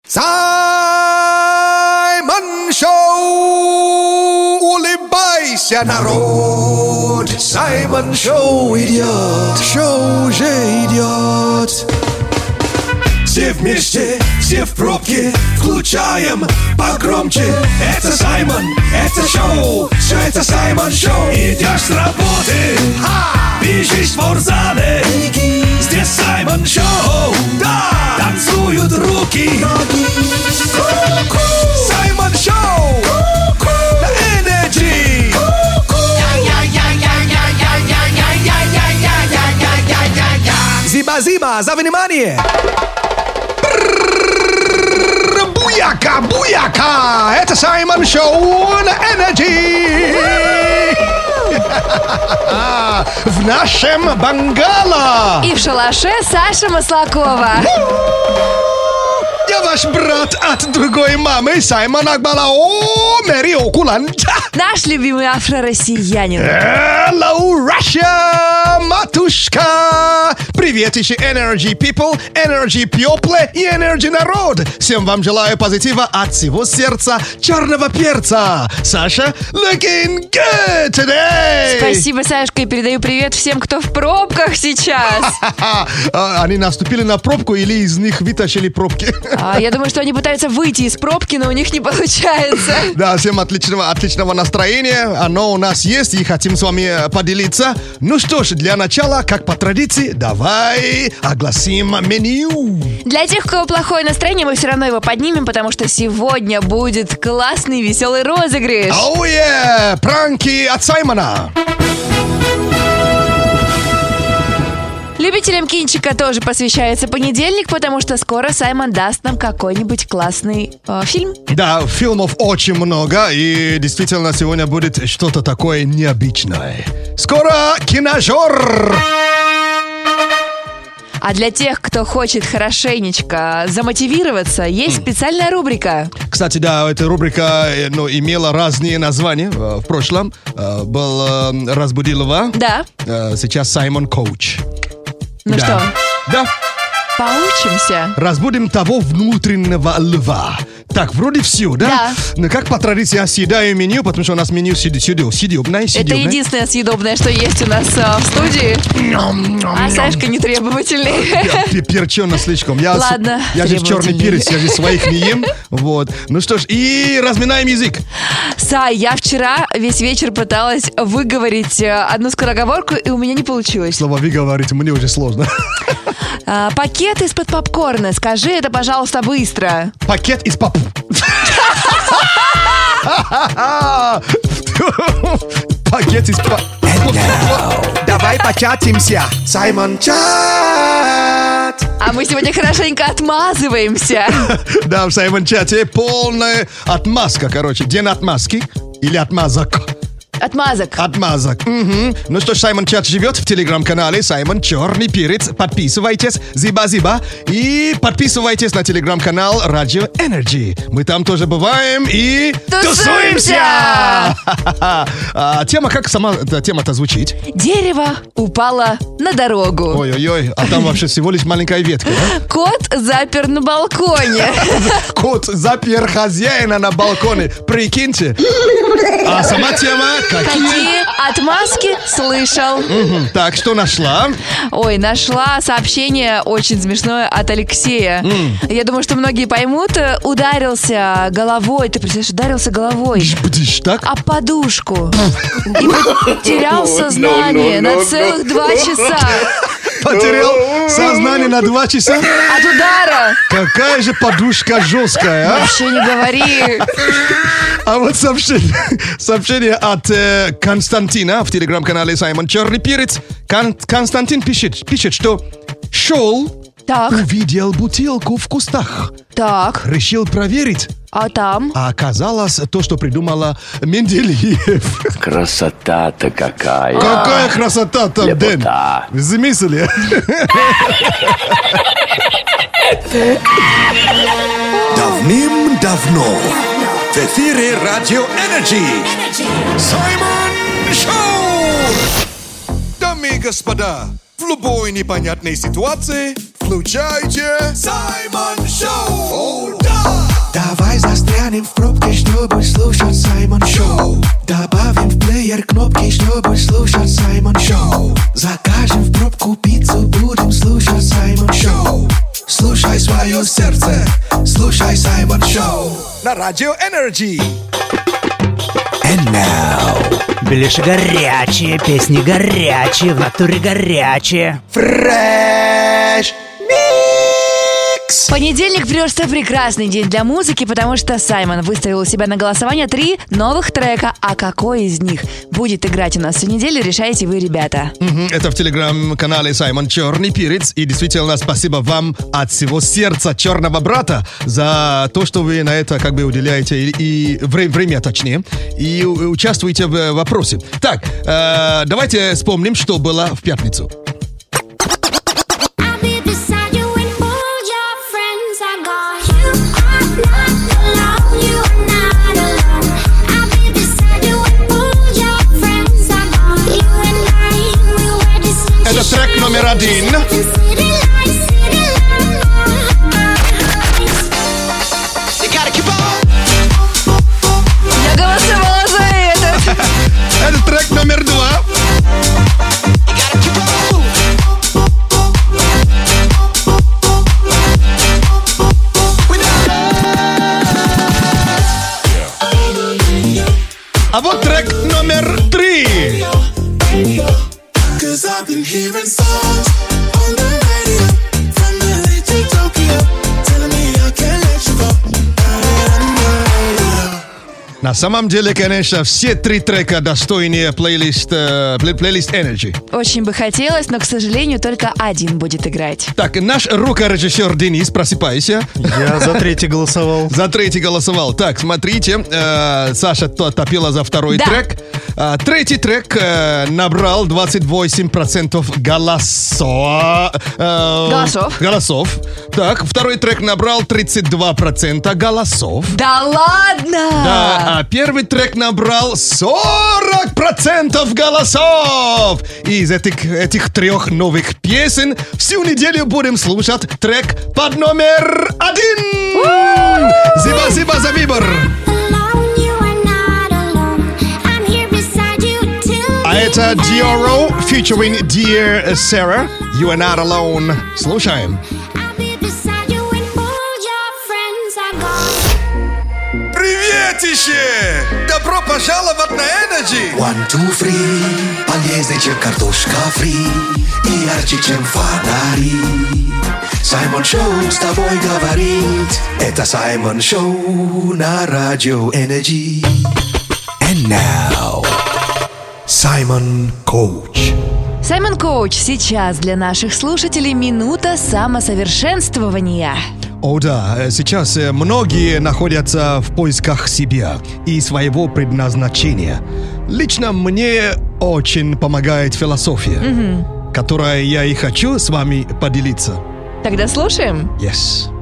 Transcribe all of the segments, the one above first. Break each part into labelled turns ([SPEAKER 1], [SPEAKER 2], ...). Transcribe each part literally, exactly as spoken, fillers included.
[SPEAKER 1] Саймон Шоу! Улыбайся, народ! Саймон Шоу идет! Шоу уже идет! Все вместе, все в пробке, включаем погромче. Это Саймон, это шоу, все это Саймон Шоу. Идешь с работы, бежишь в спортзале, здесь Саймон Шоу. Да, танцуют руки. Саймон Шоу на Energy. Зиба-зиба, за внимание! Буяка, буяка! Это Саймон Шоу на Energy! В нашем бангало!
[SPEAKER 2] И в шалаше Саша Маслакова.
[SPEAKER 1] Я ваш брат от другой мамы, Саймон Акбалао Мэри Окулант.
[SPEAKER 2] Наш любимый афро-россиянин.
[SPEAKER 1] Hello, Russia, матушка! Привет еще Energy People, Energy People и Energy Народ! Всем вам желаю позитива от всего сердца черного перца! Саша, looking good today!
[SPEAKER 2] Спасибо, Сашка, и передаю привет всем, кто в пробках сейчас.
[SPEAKER 1] Они наступили на пробку или из них вытащили пробки?
[SPEAKER 2] А, я думаю, что они пытаются выйти из пробки, но у них не получается.
[SPEAKER 1] Да, всем отличного, отличного настроения. Оно у нас есть и хотим с вами поделиться. Ну что ж, для начала, как по традиции, давай огласим меню.
[SPEAKER 2] Для тех, у кого плохое настроение, мы все равно его поднимем, потому что сегодня будет классный веселый розыгрыш.
[SPEAKER 1] Оу, е, пранки от Саймона.
[SPEAKER 2] Любителям кинчика тоже посвящается понедельник, потому что скоро Саймон даст нам какой-нибудь классный э, фильм.
[SPEAKER 1] Да, фильмов очень много, и действительно сегодня будет что-то такое необычное. Скоро киножор!
[SPEAKER 2] А для тех, кто хочет хорошенечко замотивироваться, есть mm. специальная рубрика.
[SPEAKER 1] Кстати, да, эта рубрика ну, имела разные названия в прошлом. Был «Разбудилова».
[SPEAKER 2] Да.
[SPEAKER 1] Сейчас «Саймон Коуч».
[SPEAKER 2] Ну
[SPEAKER 1] да.
[SPEAKER 2] что?
[SPEAKER 1] Да.
[SPEAKER 2] Поучимся.
[SPEAKER 1] Разбудим того внутреннего льва. Так, вроде все, да?
[SPEAKER 2] Да.
[SPEAKER 1] Но как по традиции я съедаю меню, потому что у нас меню съедобное, съедобное.
[SPEAKER 2] Это единственное съедобное, что есть у нас а, в студии. А Сашка нетребовательный.
[SPEAKER 1] Перчено слишком. Я
[SPEAKER 2] Ладно.
[SPEAKER 1] С, я же черный перец, я же своих не ем. Вот. Ну что ж, и разминаем язык.
[SPEAKER 2] Сай, я вчера весь вечер пыталась выговорить одну скороговорку, и у меня не получилось.
[SPEAKER 1] Слово «выговорить» мне уже сложно.
[SPEAKER 2] А, пакет из-под попкорна. Скажи это, пожалуйста, быстро.
[SPEAKER 1] Пакет из папу. Пакет из папу. Давай початимся. Саймон Чат.
[SPEAKER 2] А мы сегодня хорошенько отмазываемся.
[SPEAKER 1] Да, в Саймон Чате полная отмазка, короче. День отмазки или отмазок.
[SPEAKER 2] Отмазок.
[SPEAKER 1] Отмазок. Угу. Ну что ж, Саймон Чат живет в телеграм-канале Саймон Черный Перец. Подписывайтесь, зиба-зиба. И подписывайтесь на телеграм-канал Радио Energy. Мы там тоже бываем и...
[SPEAKER 2] Тусуемся!
[SPEAKER 1] а, тема, как сама эта тема-то звучит?
[SPEAKER 2] Дерево упало на дорогу.
[SPEAKER 1] Ой-ой-ой, а там вообще всего лишь маленькая ветка, да?
[SPEAKER 2] Кот запер на балконе.
[SPEAKER 1] Кот запер хозяина на балконе. Прикиньте. А сама тема... Какие?
[SPEAKER 2] Какие отмазки слышал?
[SPEAKER 1] Угу. Так, что нашла?
[SPEAKER 2] Ой, нашла сообщение очень смешное от Алексея. Mm. Я думаю, что многие поймут. Ударился головой. Ты представляешь, ударился головой.
[SPEAKER 1] Так?
[SPEAKER 2] Об подушку. И потерял сознание на целых два часа.
[SPEAKER 1] Потерял сознание на два часа?
[SPEAKER 2] От удара.
[SPEAKER 1] Какая же подушка жесткая, а?
[SPEAKER 2] Вообще не говори.
[SPEAKER 1] А вот сообщение, сообщение от э, Константина в телеграм-канале Саймон Черный Перец. Кон- Константин пишет, пишет, что шел,
[SPEAKER 2] так.
[SPEAKER 1] увидел бутылку в кустах.
[SPEAKER 2] Так.
[SPEAKER 1] Решил проверить.
[SPEAKER 2] А там?
[SPEAKER 1] А оказалось то, что придумала Менделеев.
[SPEAKER 3] Красота-то какая.
[SPEAKER 1] Какая красота там, Дэн. В смысле? Давным-давно в эфире Радио Energy Саймон Шоу! Дамы и господа, в любой непонятной ситуации включайте Саймон Шоу!
[SPEAKER 4] Встанем в пробке, чтобы слушать Саймон Шоу. Добавим в плеер кнопки, чтобы слушать Саймон Шоу. Закажем в пробку пиццу, будем слушать Саймон Шоу. Слушай свое сердце, слушай Саймон Шоу.
[SPEAKER 1] На радио Energy.
[SPEAKER 5] And now. Беляши горячие, песни горячие, в натуре горячие.
[SPEAKER 4] Фреш Микс.
[SPEAKER 2] Понедельник просто прекрасный день для музыки, потому что Саймон выставил у себя на голосование три новых трека. А какой из них будет играть у нас всю неделю, решаете вы, ребята.
[SPEAKER 1] Мгм, Это в телеграм-канале Саймон Черный Перец. И действительно, спасибо вам от всего сердца Черного Брата за то, что вы на это как бы уделяете и, и вре- время, точнее, и у- участвуете в вопросе. Так, э, давайте вспомним, что было в пятницу.
[SPEAKER 6] I'll be beside you when all your friends are gone. You are not alone, you are not alone. I'll be beside you when all your friends are gone. You and I, we were just
[SPEAKER 1] Это трек номер один.
[SPEAKER 6] city lights, city lights.
[SPEAKER 2] Я голосовала за этот.
[SPEAKER 1] Это трек номер два. А вот трек номер три.
[SPEAKER 4] Cause I've been hearing songs on the radio from L A to Tokyo, telling me I can't let you go.
[SPEAKER 1] На самом деле, конечно, все три трека достойнее плейлист, э, плей- плейлист Energy.
[SPEAKER 2] Очень бы хотелось, но, к сожалению, только один будет играть.
[SPEAKER 1] Так, наш рукорежиссер Денис, просыпайся.
[SPEAKER 7] Я за третий голосовал.
[SPEAKER 1] За третий голосовал. Так, смотрите, э, Саша то- топила за второй
[SPEAKER 2] Да.
[SPEAKER 1] трек. А, третий трек э, набрал двадцать восемь процентов голосов. э,
[SPEAKER 2] Голосов.
[SPEAKER 1] Голосов. Так, второй трек набрал тридцать два процента голосов.
[SPEAKER 2] Да ладно!
[SPEAKER 1] Да, а первый трек набрал сорок процентов голосов. И из этих, этих трех новых песен всю неделю будем слушать трек под номер один. Спасибо за выбор.
[SPEAKER 6] Alone, you are not alone. I'm here beside you till
[SPEAKER 1] А это Dioro featuring Dear Sarah. You are not alone. Слушаем.
[SPEAKER 6] I'll be beside you when all your friends are gone.
[SPEAKER 1] Приветище! Добро пожаловать на Energy!
[SPEAKER 4] One, two, three, полезнее, чем картошка фри, и ярче, чем фонари. Саймон Шоу с тобой говорит, это Саймон Шоу на радио Energy. And now, Саймон Коуч.
[SPEAKER 2] Саймон Коуч, сейчас для наших слушателей минута самосовершенствования.
[SPEAKER 1] О да, э, сейчас э, многие находятся в поисках себя и своего предназначения. Лично мне очень помогает философия, которой я и хочу с вами поделиться.
[SPEAKER 2] Тогда слушаем.
[SPEAKER 1] Yes.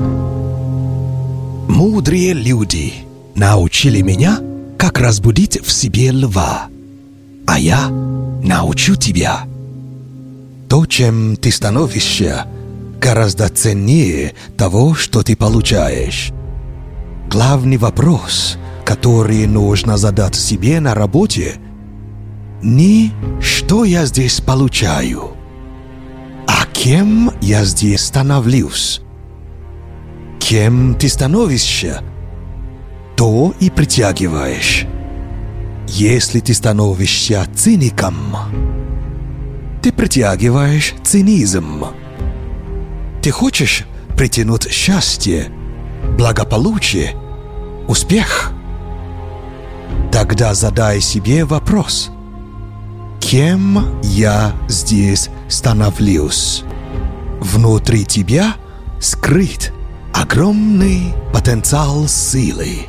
[SPEAKER 4] Мудрые люди научили меня, как разбудить в себе льва. А я научу тебя. То, чем ты становишься, гораздо ценнее того, что ты получаешь. Главный вопрос, который нужно задать себе на работе, не «что я здесь получаю?», а «кем я здесь становлюсь?». Кем ты становишься, то и притягиваешь. Если ты становишься циником, ты притягиваешь цинизм. Ты хочешь притянуть счастье, благополучие, успех? Тогда задай себе вопрос: кем я здесь становлюсь? Внутри тебя скрыт огромный потенциал силы.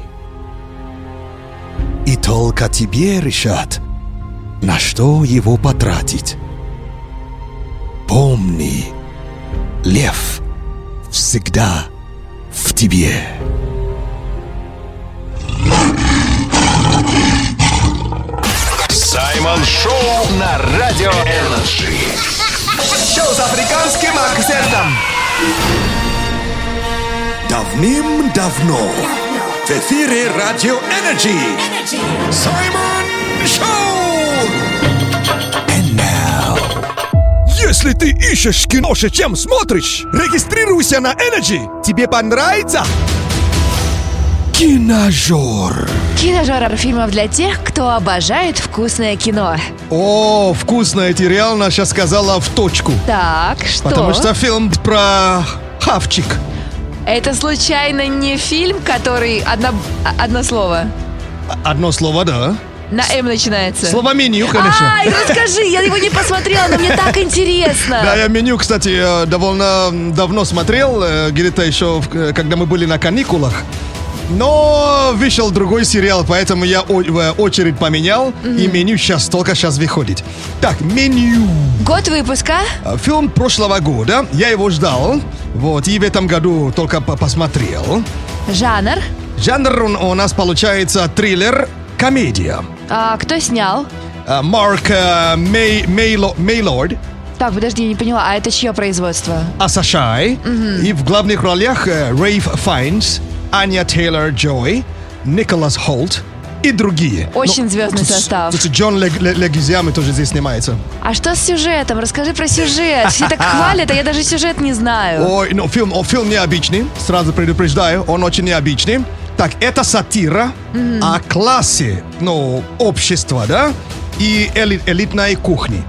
[SPEAKER 4] И только тебе решат, на что его потратить. Помни, лев всегда в тебе.
[SPEAKER 3] Саймон Шоу на Радио Энерджи.
[SPEAKER 1] Шоу с африканским акцентом.
[SPEAKER 4] Давным-давно
[SPEAKER 1] В эфире Радио Энерджи. Саймон Шоу! Если ты ищешь кино, чем смотришь, регистрируйся на Energy. Тебе понравится? Киножор.
[SPEAKER 2] Киножор фильмов для тех, кто обожает вкусное кино.
[SPEAKER 1] О, вкусно, ты реально сейчас сказала в точку.
[SPEAKER 2] Так, что?
[SPEAKER 1] Потому что фильм про хавчик.
[SPEAKER 2] Это случайно не фильм, который одно, одно слово?
[SPEAKER 1] Одно слово, да.
[SPEAKER 2] На М начинается.
[SPEAKER 1] Слово меню, конечно.
[SPEAKER 2] Ай, расскажи, я его не посмотрела, но мне так интересно.
[SPEAKER 1] Да, я меню, кстати, довольно давно смотрел, где-то еще, когда мы были на каникулах. Но вышел другой сериал, поэтому я очередь поменял, mm-hmm. и меню сейчас только сейчас выходит. Так, меню.
[SPEAKER 2] Год выпуска?
[SPEAKER 1] Фильм прошлого года, я его ждал, вот, и в этом году только посмотрел.
[SPEAKER 2] Жанр?
[SPEAKER 1] Жанр у нас получается триллер, комедия.
[SPEAKER 2] А кто снял?
[SPEAKER 1] Марк Мей, Мейло, Мейлорд.
[SPEAKER 2] Так, подожди, я не поняла, а это чье производство?
[SPEAKER 1] Асашай. Mm-hmm. И в главных ролях Рейф Файнс, Аня Тейлор-Джой, Николас Холт и другие.
[SPEAKER 2] Очень
[SPEAKER 1] ну,
[SPEAKER 2] звездный
[SPEAKER 1] тут,
[SPEAKER 2] состав.
[SPEAKER 1] Тут Джон Легизиами тоже здесь снимается.
[SPEAKER 2] А что с сюжетом? Расскажи про сюжет. Все так хвалят, а я даже сюжет не знаю.
[SPEAKER 1] Ой, ну фильм, о, фильм необычный, сразу предупреждаю, он очень необычный. Так, это сатира mm-hmm. о классе, ну, общества, да, и эли, элитной кухни.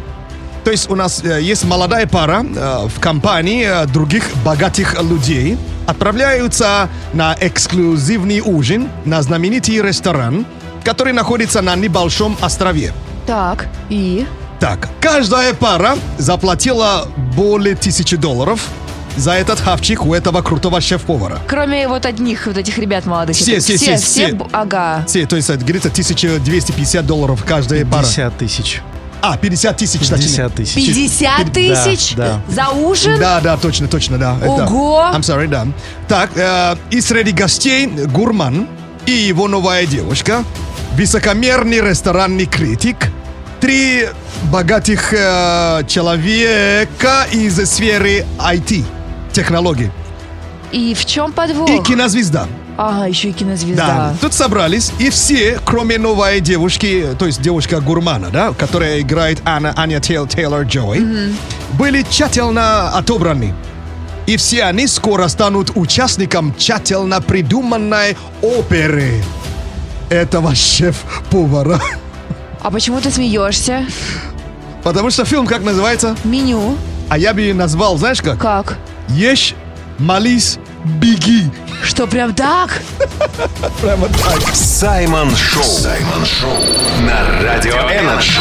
[SPEAKER 1] То есть у нас э, есть молодая пара э, в компании э, других богатых людей, отправляются на эксклюзивный ужин на знаменитый ресторан, который находится на небольшом острове.
[SPEAKER 2] Так, и?
[SPEAKER 1] Так, каждая пара заплатила более тысячи долларов за этот хавчик у этого крутого шеф-повара.
[SPEAKER 2] Кроме вот одних вот этих ребят молодых.
[SPEAKER 1] Все, все, все,
[SPEAKER 2] все, все,
[SPEAKER 1] все.
[SPEAKER 2] Ага.
[SPEAKER 1] Все, то есть где-то тысяча двести пятьдесят долларов каждая пара.
[SPEAKER 7] пятьдесят тысяч.
[SPEAKER 1] А, пятьдесят тысяч, точнее.
[SPEAKER 7] пятьдесят тысяч.
[SPEAKER 2] пятьдесят тысяч?
[SPEAKER 7] Да,
[SPEAKER 2] За ужин?
[SPEAKER 1] Да, да, точно, точно, да.
[SPEAKER 2] Ого!
[SPEAKER 1] Это, I'm sorry, да. Так, э, и среди гостей гурман и его новая девушка, высокомерный ресторанный критик, три богатых э, человека из сферы ай ти, технологий.
[SPEAKER 2] И в чем подвох?
[SPEAKER 1] И кинозвезда.
[SPEAKER 2] Ага, еще и кинозвезда.
[SPEAKER 1] Да, тут собрались, и все, кроме новой девушки, то есть девушка гурмана, да, которая играет Анна, Аня Тейл, Тейлор-Джой, mm-hmm. были тщательно отобраны. И все они скоро станут участником тщательно придуманной оперы этого шеф-повара.
[SPEAKER 2] А почему ты смеешься?
[SPEAKER 1] Потому что фильм как называется?
[SPEAKER 2] Меню.
[SPEAKER 1] А я бы назвал, знаешь как?
[SPEAKER 2] Как?
[SPEAKER 1] Ешь, молись, беги.
[SPEAKER 2] Что, прям так?
[SPEAKER 1] Прямо так.
[SPEAKER 3] Саймон Шоу. Саймон Шоу. На Радио Энерджи.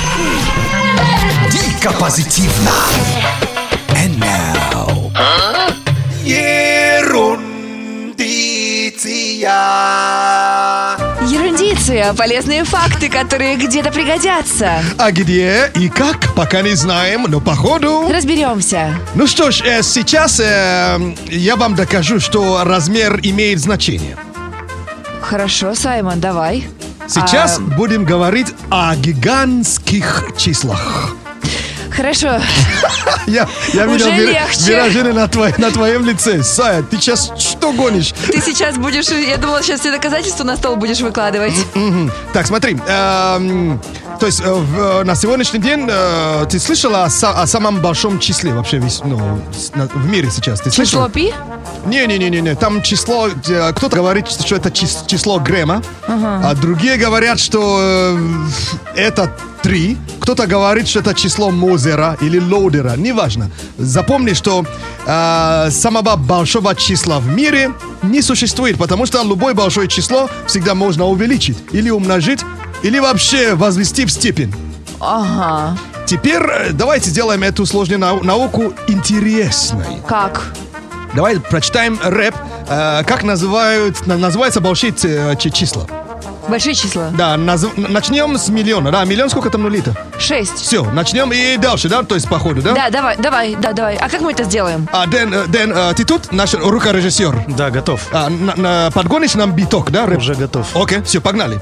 [SPEAKER 1] Дико позитивно. And now. Ерундиция.
[SPEAKER 2] Ерундиция. Полезные факты, которые где-то пригодятся.
[SPEAKER 1] А где и как, пока не знаем, но походу...
[SPEAKER 2] Разберемся.
[SPEAKER 1] Ну что ж, э, сейчас э, я вам докажу, что размер имеет значение.
[SPEAKER 2] Хорошо, Саймон, давай.
[SPEAKER 1] Сейчас
[SPEAKER 2] А,
[SPEAKER 1] будем говорить о гигантских числах.
[SPEAKER 2] Хорошо.
[SPEAKER 1] Я, я
[SPEAKER 2] Уже
[SPEAKER 1] видел вир-
[SPEAKER 2] легче.
[SPEAKER 1] выражение на, твой- на твоем лице. Сая, ты сейчас что гонишь?
[SPEAKER 2] Ты сейчас будешь... Я думала, сейчас все доказательства на стол будешь выкладывать.
[SPEAKER 1] Мгм. Так, смотри. эм, то есть э, в- на сегодняшний день э, ты слышала о, са- о самом большом числе вообще весь, ну, с- на- в мире сейчас? Ты
[SPEAKER 2] Число
[SPEAKER 1] слышала?
[SPEAKER 2] пи?
[SPEAKER 1] Не-не-не-не, там число, э, кто-то говорит, что это чис- число Грэма, а другие говорят, что э, это три, кто-то говорит, что это число Мозера или Лоудера, неважно. Запомни, что э, самого большого числа в мире не существует, потому что любое большое число всегда можно увеличить или умножить, или вообще возвести в степень.
[SPEAKER 2] Ага.
[SPEAKER 1] Теперь э, давайте сделаем эту сложную нау- науку интересной.
[SPEAKER 2] Как?
[SPEAKER 1] Давай прочитаем рэп, э, как называют, на- называются большие ц- ч- числа.
[SPEAKER 2] Большие числа.
[SPEAKER 1] Да, наз- начнем с миллиона. Да, миллион сколько там нулей-то?
[SPEAKER 2] Шесть.
[SPEAKER 1] Все, начнем и дальше, да, то есть по ходу, да?
[SPEAKER 2] Да, давай, давай, да, давай. А как мы это сделаем?
[SPEAKER 1] А, Дэн, э, Дэн, э, ты тут, наш рукорежиссер?
[SPEAKER 7] Да, готов.
[SPEAKER 1] А, на- на- подгонишь нам биток, да, рэп?
[SPEAKER 7] Уже готов.
[SPEAKER 1] Окей, все, погнали.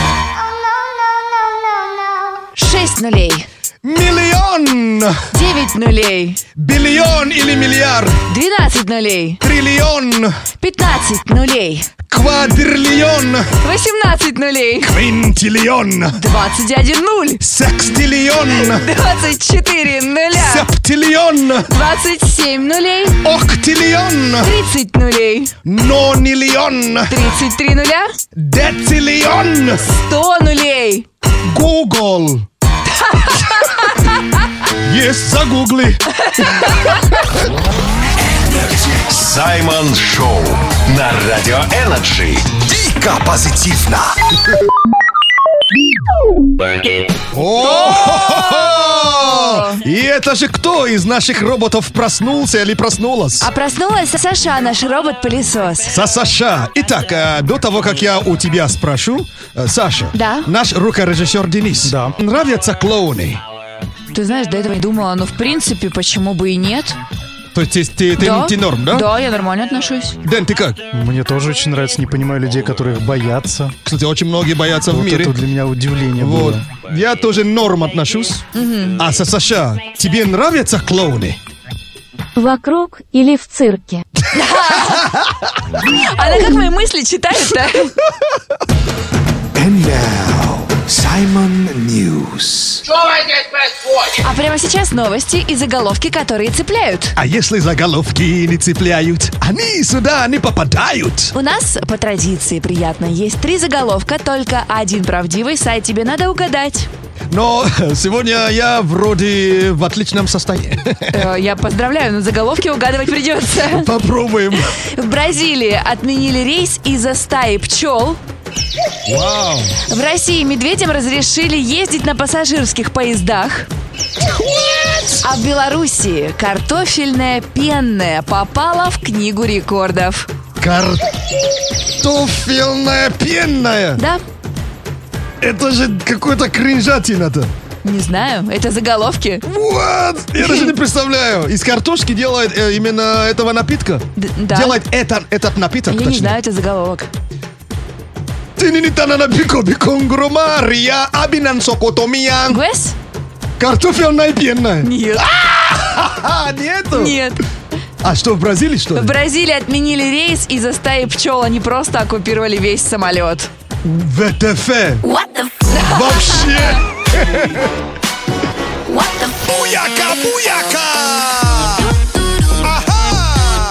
[SPEAKER 2] Шесть нулей.
[SPEAKER 1] Миллион!
[SPEAKER 2] Девять нулей.
[SPEAKER 1] Биллион или миллиард?
[SPEAKER 2] Двенадцать нулей.
[SPEAKER 1] Триллион!
[SPEAKER 2] Пятнадцать нулей.
[SPEAKER 1] Квадриллион.
[SPEAKER 2] восемнадцать нулей.
[SPEAKER 1] Квинтиллион.
[SPEAKER 2] двадцать один нуль.
[SPEAKER 1] Секстиллион.
[SPEAKER 2] двадцать четыре нуля.
[SPEAKER 1] Септиллион.
[SPEAKER 2] двадцать семь нулей.
[SPEAKER 1] Октиллион.
[SPEAKER 2] тридцать нулей.
[SPEAKER 1] Нониллион.
[SPEAKER 2] тридцать три нуля.
[SPEAKER 1] Дециллион.
[SPEAKER 2] сто нулей.
[SPEAKER 1] Google. Есть, загугли.
[SPEAKER 3] Саймон Шоу на Радио Энерджи.
[SPEAKER 4] Дико позитивно.
[SPEAKER 1] О! И это же кто из наших роботов проснулся или проснулась?
[SPEAKER 2] А проснулась Саша, наш робот-пылесос.
[SPEAKER 1] Са- Саша, итак, э, до того, как я у тебя спрошу, э, Саша,
[SPEAKER 2] Да?
[SPEAKER 1] наш рукорежиссер Денис,
[SPEAKER 7] Да.
[SPEAKER 1] нравятся клоуны?
[SPEAKER 2] Ты знаешь, до этого не думала, но в принципе, почему бы и нет?
[SPEAKER 1] То есть ты, ты, ты-
[SPEAKER 2] Да.
[SPEAKER 1] ты норм, да?
[SPEAKER 2] Да, я нормально отношусь.
[SPEAKER 1] Дэн, ты как?
[SPEAKER 7] Мне тоже очень нравится, не понимаю людей, которые их боятся.
[SPEAKER 1] Кстати, очень многие боятся в
[SPEAKER 7] Вот
[SPEAKER 1] мире.
[SPEAKER 7] это для меня удивление
[SPEAKER 1] Вот.
[SPEAKER 7] было.
[SPEAKER 1] Я тоже норм отношусь. А Са- Саша, тебе нравятся клоуны?
[SPEAKER 8] Вокруг или в цирке?
[SPEAKER 2] Она как мои мысли читает-то?
[SPEAKER 4] And now, Simon News.
[SPEAKER 2] А прямо сейчас новости и заголовки, которые цепляют.
[SPEAKER 1] А если заголовки не цепляют, они сюда не попадают.
[SPEAKER 2] У нас по традиции приятно есть три заголовка, только один правдивый, сайт тебе надо угадать.
[SPEAKER 1] Но сегодня я вроде в отличном состоянии.
[SPEAKER 2] Э, Я поздравляю, но заголовки угадывать придется.
[SPEAKER 1] Попробуем.
[SPEAKER 2] В Бразилии отменили рейс из-за стаи пчел.
[SPEAKER 1] Вау.
[SPEAKER 2] В России медведям разрешили ездить на пассажирских поездах. А в Белоруссии картофельная пенная попала в книгу рекордов.
[SPEAKER 1] Картофельная пенная.
[SPEAKER 2] Да?
[SPEAKER 1] Это же какой-то кринжатина-то.
[SPEAKER 2] Не знаю, это заголовки.
[SPEAKER 1] Вот! Я даже не представляю. Из картошки делают э, именно этого напитка?
[SPEAKER 2] Д- да.
[SPEAKER 1] Делает это, этот напиток,
[SPEAKER 2] Я
[SPEAKER 1] точнее.
[SPEAKER 2] не знаю, это заголовок.
[SPEAKER 1] Ты не на пико биконгромария, абинан сокотомия.
[SPEAKER 2] Гвес?
[SPEAKER 1] Картофельная пенная.
[SPEAKER 2] Нет.
[SPEAKER 1] А, нету?
[SPEAKER 2] Нет.
[SPEAKER 1] А что, в Бразилии, что
[SPEAKER 2] В
[SPEAKER 1] ли?
[SPEAKER 2] Бразилии отменили рейс из-за стаи пчел. Они просто оккупировали весь самолет.
[SPEAKER 1] ВТФ. Вообще. Буяка, буяка. Ага.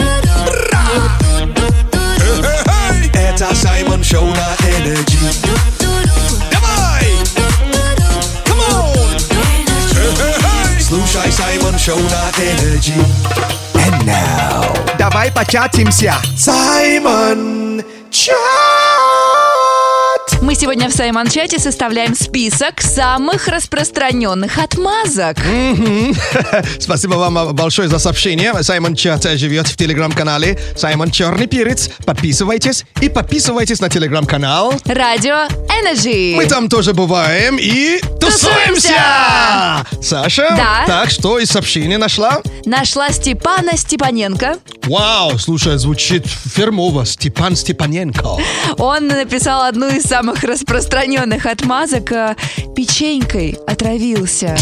[SPEAKER 4] Это Саймон Шоу на Энерджи.
[SPEAKER 1] Давай. Come on.
[SPEAKER 4] Слушай Саймон Шоу на Энерджи. And now,
[SPEAKER 5] Давай початимся.
[SPEAKER 4] Саймон Чат.
[SPEAKER 2] Мы сегодня в Саймон-чате составляем список самых распространенных отмазок.
[SPEAKER 1] Спасибо вам большое за сообщение. Саймон Чат живет в телеграм-канале Саймон Черный Перец. Подписывайтесь и подписывайтесь на телеграм-канал.
[SPEAKER 2] Радио Energy.
[SPEAKER 1] Мы там тоже бываем и тусуемся! Саша,
[SPEAKER 2] Да?
[SPEAKER 1] так, что из сообщения нашла?
[SPEAKER 2] Нашла Степана Степаненко.
[SPEAKER 1] Вау, слушай, звучит фирмово. Степан Степаненко.
[SPEAKER 2] Он написал одну из самых распространенных отмазок. э, Печенькой отравился.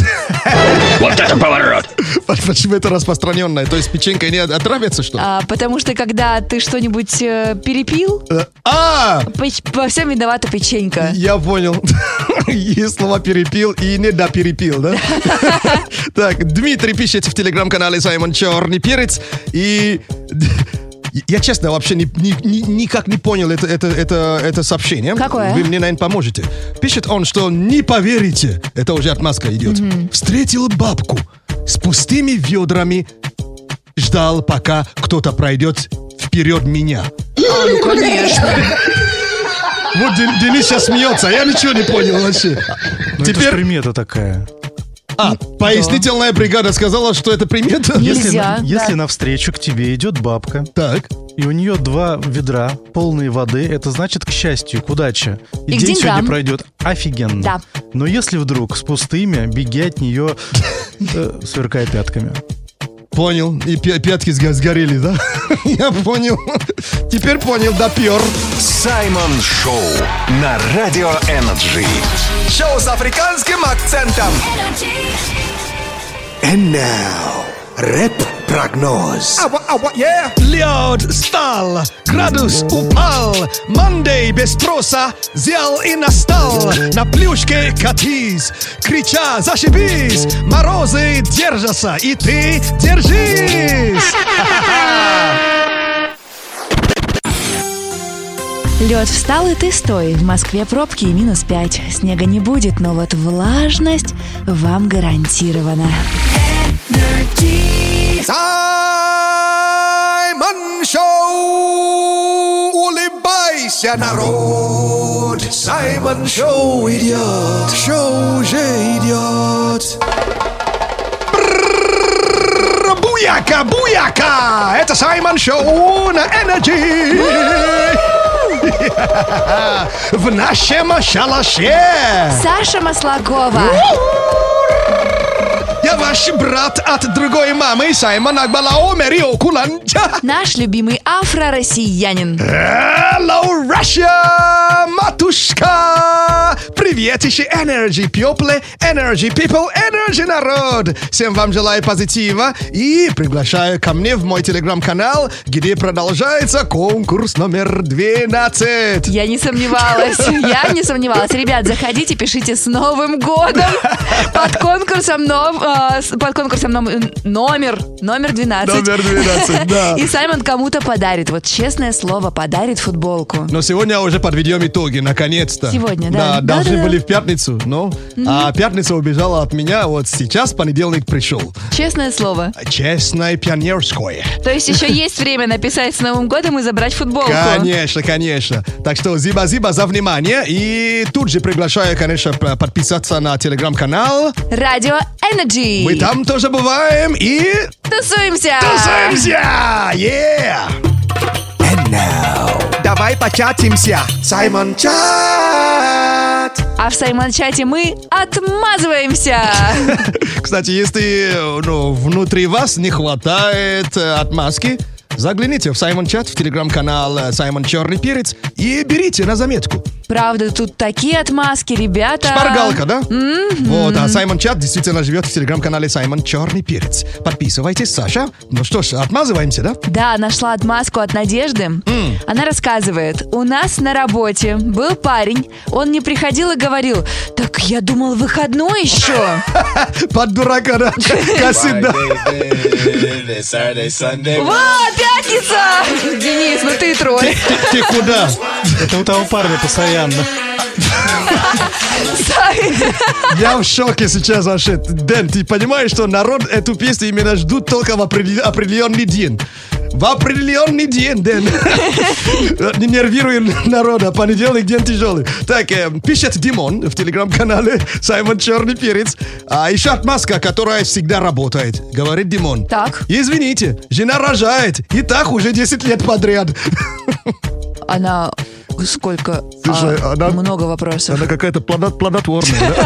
[SPEAKER 1] Почему это распространенное? То есть печенькой не отравится, что ли?
[SPEAKER 2] А, потому что когда ты что-нибудь э, перепил,
[SPEAKER 1] А,
[SPEAKER 2] печ- во всем виновата печенька.
[SPEAKER 1] я понял. Есть слова перепил и не доперепил, да? Так, Дмитрий пишет в телеграм-канале Саймон Черный Перец. И я честно вообще ни- ни- ни- никак не понял это, это, это, это сообщение.
[SPEAKER 2] Какое?
[SPEAKER 1] Вы мне, наверное, поможете. Пишет он, что не поверите, это уже отмазка идет. Встретил бабку с пустыми ведрами, ждал, пока кто-то пройдет вперед меня.
[SPEAKER 2] Ну, конечно.
[SPEAKER 1] Вот Ден- Денис сейчас смеется, а я ничего не понял вообще.
[SPEAKER 7] Ну, это ж
[SPEAKER 1] Теперь,
[SPEAKER 7] примета такая.
[SPEAKER 1] а, пояснительная бригада сказала, что это примета?
[SPEAKER 2] Нельзя.
[SPEAKER 7] Если, на-
[SPEAKER 2] да.
[SPEAKER 7] если навстречу к тебе идет бабка,
[SPEAKER 1] Так.
[SPEAKER 7] и у нее два ведра полные воды, это значит, к счастью, к удаче. И,
[SPEAKER 2] И к
[SPEAKER 7] день
[SPEAKER 2] деньгам.
[SPEAKER 7] сегодня пройдет офигенно.
[SPEAKER 2] Да.
[SPEAKER 7] Но если вдруг с пустыми, беги от нее, э, сверкая пятками.
[SPEAKER 1] Понял. И пя- пятки сго- сгорели, да? Я понял. Теперь понял, допер.
[SPEAKER 3] Саймон Шоу на Радио Энерджи.
[SPEAKER 5] Шоу с африканским акцентом.
[SPEAKER 4] And now, рэп
[SPEAKER 5] Прогноз.
[SPEAKER 1] Ава, ава, yeah. Лед стал, градус упал, Мандей без спроса взял и настал. На плюшке катись, крича зашибись, морозы держатся, и ты держись.
[SPEAKER 2] Лед встал, и ты стой. В Москве пробки и минус пять. Снега не будет, но вот влажность вам гарантирована.
[SPEAKER 5] Саймон Шоу! Улыбайся, народ! Саймон Шоу идет! Шоу уже идет!
[SPEAKER 1] Буяка, буяка! Это Саймон Шоу на Energy! В нашем шалаше!
[SPEAKER 2] Саша Маслакова.
[SPEAKER 1] Я ваш брат от другой мамы, Саймон Акбалао Мерио Куланча.
[SPEAKER 2] Наш любимый афро-россиянин.
[SPEAKER 1] Hello, Russia, матушка! Приветище Energy People, Energy People, Energy народ! Всем вам желаю позитива и приглашаю ко мне в мой телеграм-канал, где продолжается конкурс номер двенадцать.
[SPEAKER 2] Я не сомневалась, я не сомневалась. Ребят, заходите, пишите с Новым годом под конкурсом, нов, э, с- под конкурсом ном- номер, номер двенадцать.
[SPEAKER 1] Номер двенадцать, да.
[SPEAKER 2] И Саймон кому-то подарит, вот честное слово, подарит футболку.
[SPEAKER 1] Но сегодня уже подведем итоги, наконец-то.
[SPEAKER 2] Сегодня, да.
[SPEAKER 1] Да, должны
[SPEAKER 2] Да-да-да.
[SPEAKER 1] были в пятницу, но а пятница убежала от меня, вот сейчас понедельник пришел.
[SPEAKER 2] Честное слово.
[SPEAKER 1] Честное пионерское.
[SPEAKER 2] То есть еще есть время написать с Новым годом и забрать футболку.
[SPEAKER 1] Конечно, конечно. Так что зиба-зиба за внимание. И тут же приглашаю, конечно, п- подписаться на телеграм-канал.
[SPEAKER 2] Радио Energy.
[SPEAKER 1] Мы там тоже бываем и
[SPEAKER 2] Тусуемся.
[SPEAKER 1] тусуемся! Yeah!
[SPEAKER 5] And now. Давай початимся. Саймон Чат.
[SPEAKER 2] А в Саймон-чате мы отмазываемся.
[SPEAKER 1] Кстати, если ну, внутри вас не хватает э, отмазки, загляните в Саймон Чат, в телеграм-канал э, Саймон Черный Перец и берите на заметку.
[SPEAKER 2] Правда, тут такие отмазки, ребята.
[SPEAKER 1] Шпаргалка, да? Вот, а Саймон Чат действительно живет в телеграм-канале Саймон Черный Перец. Подписывайтесь, Саша. Ну что ж, отмазываемся, да?
[SPEAKER 2] Да, нашла отмазку от Надежды. Она рассказывает, у нас на работе был парень, он не приходил и говорил, так я думал выходной еще.
[SPEAKER 1] Под дурака, да? Косит, да?
[SPEAKER 2] Вот, пятница! Денис, ну ты тролль.
[SPEAKER 1] Ты куда?
[SPEAKER 7] Это у того парня постоянно.
[SPEAKER 1] Я в шоке сейчас вообще. Дэн, ты понимаешь, что народ эту песню именно ждут только в определ- определенный день. В определенный день, Дэн. Не нервируй народа. Понедельник день тяжелый. Так, э, пишет Димон в телеграм-канале Саймон Черный Перец. А еще отмазка, которая всегда работает. Говорит Димон.
[SPEAKER 2] Так.
[SPEAKER 1] Извините, жена рожает. И так уже десять лет подряд.
[SPEAKER 2] Она сколько?
[SPEAKER 1] Слушай,
[SPEAKER 2] А,
[SPEAKER 1] она-
[SPEAKER 2] Много вопросов.
[SPEAKER 1] Она какая-то плодо- плодотворная, да?